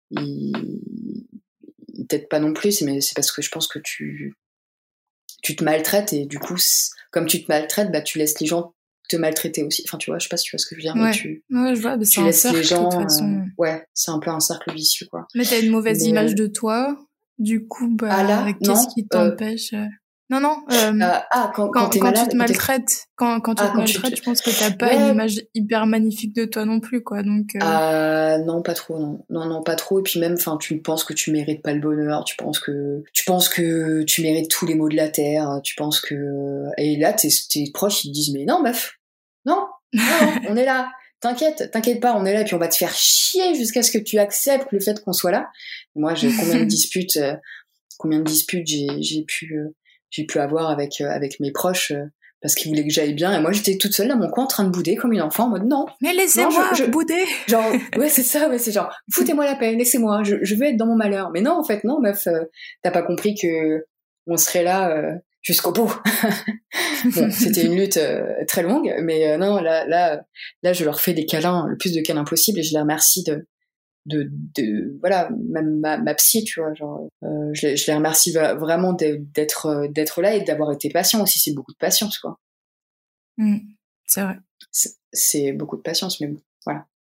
t'aident pas non plus, mais c'est parce que je pense que tu te maltraites, et du coup, comme tu te maltraites, bah, tu laisses les gens te maltraiter aussi. Enfin, tu vois, je sais pas si tu vois ce que je veux dire, mais ouais, je vois, mais tu laisses les gens, de toute façon. Ouais, c'est un peu un cercle vicieux, quoi. Mais t'as une mauvaise image de toi, du coup, bah, qu'est-ce qui t'empêche Non, quand t'es malade, tu te maltraites, quand tu te maltraites, je pense que t'as pas une image hyper magnifique de toi non plus, quoi. Donc non, pas trop, non, pas trop. Et puis même, enfin, tu penses que tu mérites pas le bonheur, tu penses que tu mérites tous les maux de la terre, tu penses que, et là, tes proches, ils te disent, mais non, meuf, non, on est là. T'inquiète pas, on est là, et puis on va te faire chier jusqu'à ce que tu acceptes le fait qu'on soit là. Moi, j'ai combien de disputes j'ai pu avoir avec mes proches, parce qu'ils voulaient que j'aille bien, et moi j'étais toute seule dans mon coin en train de bouder comme une enfant, en mode non. Mais laissez-moi bouder. Genre, ouais, c'est ça, ouais, c'est genre, foutez-moi la paix, laissez-moi, je veux être dans mon malheur. Mais non, en fait, non, meuf, t'as pas compris que on serait là jusqu'au bout. Bon, c'était une lutte très longue, mais non, là, je leur fais des câlins, le plus de câlins possible, et je les remercie voilà, même ma psy, tu vois, genre, je les remercie vraiment d'être là et d'avoir été patient aussi. C'est beaucoup de patience, quoi. C'est vrai. C'est beaucoup de patience, mais bon, voilà.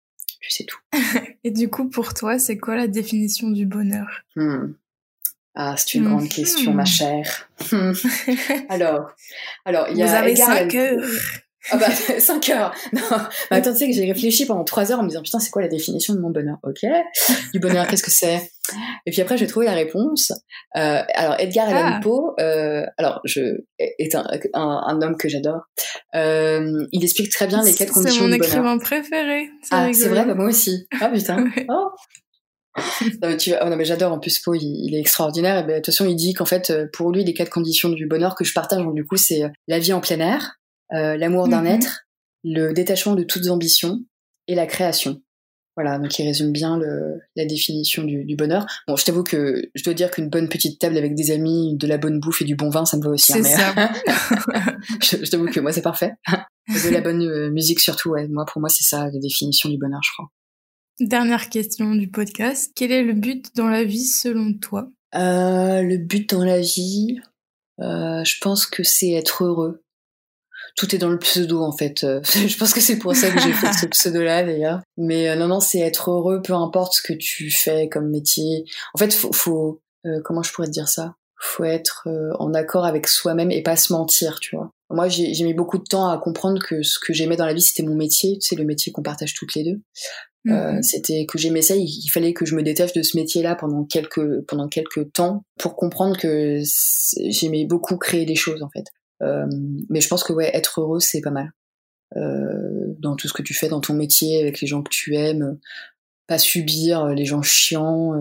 Puis c'est tout. Et du coup, pour toi, c'est quoi la définition du bonheur? Ah, c'est une grande question, ma chère. Alors, il y a Vous avez Edgar 5 heures. Ah bah 5 heures. Non, mais attends, tu sais que j'ai réfléchi pendant 3 heures en me disant putain, c'est quoi la définition de mon bonheur? Ok. Du bonheur, qu'est-ce que c'est? Et puis après, j'ai trouvé la réponse. Alors Edgar Allan Poe, est un homme que j'adore. Il explique très bien les 4 conditions du bonheur. C'est mon écrivain préféré. C'est vrai, bah moi aussi. Ah putain. Ouais. Oh. Non, mais j'adore en plus Poe, il est extraordinaire. Et ben, de toute façon, il dit qu'en fait, pour lui, les 4 conditions du bonheur que je partage, donc, du coup, c'est la vie en plein air, l'amour d'un être, le détachement de toutes ambitions et la création. Voilà, donc il résume bien la définition du bonheur. Bon, je t'avoue que je dois dire qu'une bonne petite table avec des amis, de la bonne bouffe et du bon vin, ça me va aussi. C'est ça. Je t'avoue que moi, c'est parfait. De la bonne musique surtout, ouais. Pour moi, c'est ça la définition du bonheur, je crois. Dernière question du podcast. Quel est le but dans la vie selon toi? Le but dans la vie, je pense que c'est être heureux. Tout est dans le pseudo en fait. Je pense que c'est pour ça que j'ai fait ce pseudo-là d'ailleurs. Mais non, c'est être heureux, peu importe ce que tu fais comme métier. En fait, faut comment je pourrais te dire ça? Faut être en accord avec soi-même et pas se mentir, tu vois. Moi, j'ai mis beaucoup de temps à comprendre que ce que j'aimais dans la vie, c'était mon métier. Tu sais, le métier qu'on partage toutes les deux. C'était que j'aimais ça, il fallait que je me détache de ce métier-là pendant quelques temps pour comprendre que j'aimais beaucoup créer des choses en fait. Mais je pense que ouais, être heureux c'est pas mal dans tout ce que tu fais dans ton métier avec les gens que tu aimes, pas subir les gens chiants,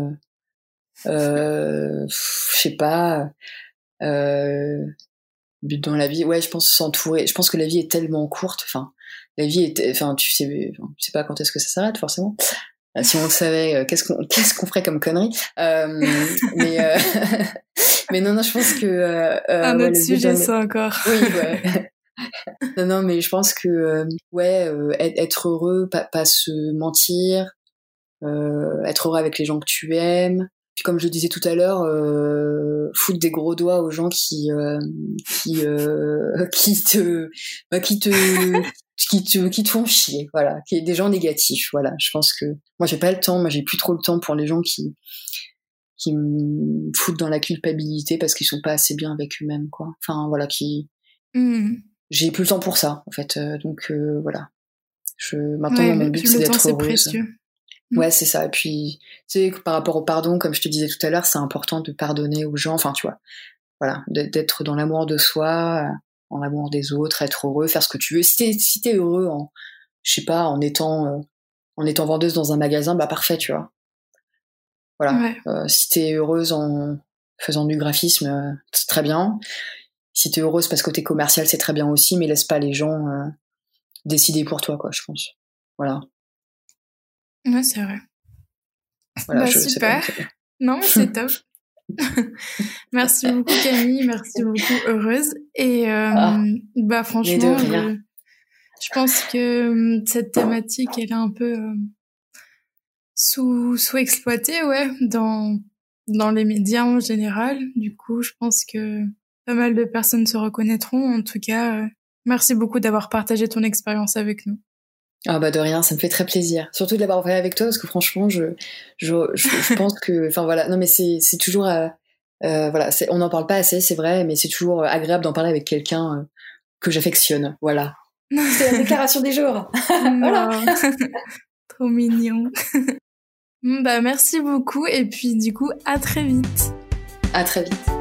je sais pas, but dans la vie, ouais, je pense s'entourer. Je pense que la vie est tellement courte, la vie est, tu sais pas quand est-ce que ça s'arrête forcément. Si on le savait, qu'est-ce qu'on ferait comme connerie. Mais non, je pense que un autre sujet, ça encore. Oui, ouais. non, mais je pense que être heureux, pas se mentir, être heureux avec les gens que tu aimes. Puis comme je le disais tout à l'heure, foutre des gros doigts aux gens qui te font chier, voilà, qui est des gens négatifs, voilà. Je pense que moi j'ai pas le temps, moi j'ai plus trop le temps pour les gens qui me foutent dans la culpabilité parce qu'ils sont pas assez bien avec eux-mêmes, quoi. Enfin voilà, j'ai plus le temps pour ça, en fait. Donc voilà. Maintenant mon but c'est d'être heureuse. Précieux. Ouais, c'est ça. Et puis, tu sais, par rapport au pardon, comme je te disais tout à l'heure, c'est important de pardonner aux gens. Enfin, tu vois, voilà, d'être dans l'amour de soi, en l'amour des autres, être heureux, faire ce que tu veux. Si t'es heureux je sais pas, en étant vendeuse dans un magasin, bah parfait, tu vois. Voilà. Ouais. Si t'es heureuse en faisant du graphisme, c'est très bien. Si t'es heureuse parce que t'es commercial, c'est très bien aussi, mais laisse pas les gens décider pour toi, quoi, je pense. Voilà. Ouais, c'est vrai. Voilà, super. Non, mais c'est top. Merci beaucoup Camille, merci beaucoup Heureuse. Et franchement, je pense que cette thématique, elle est un peu sous-exploitée, ouais, dans les médias en général. Du coup, je pense que pas mal de personnes se reconnaîtront. En tout cas, merci beaucoup d'avoir partagé ton expérience avec nous. Ah bah de rien, ça me fait très plaisir. Surtout de l'avoir fait avec toi parce que franchement, je pense que, enfin voilà, non mais c'est toujours, voilà, on n'en parle pas assez, c'est vrai, mais c'est toujours agréable d'en parler avec quelqu'un que j'affectionne. Voilà. C'est la déclaration des jours. Voilà. Trop mignon. Bah merci beaucoup et puis du coup à très vite. À très vite.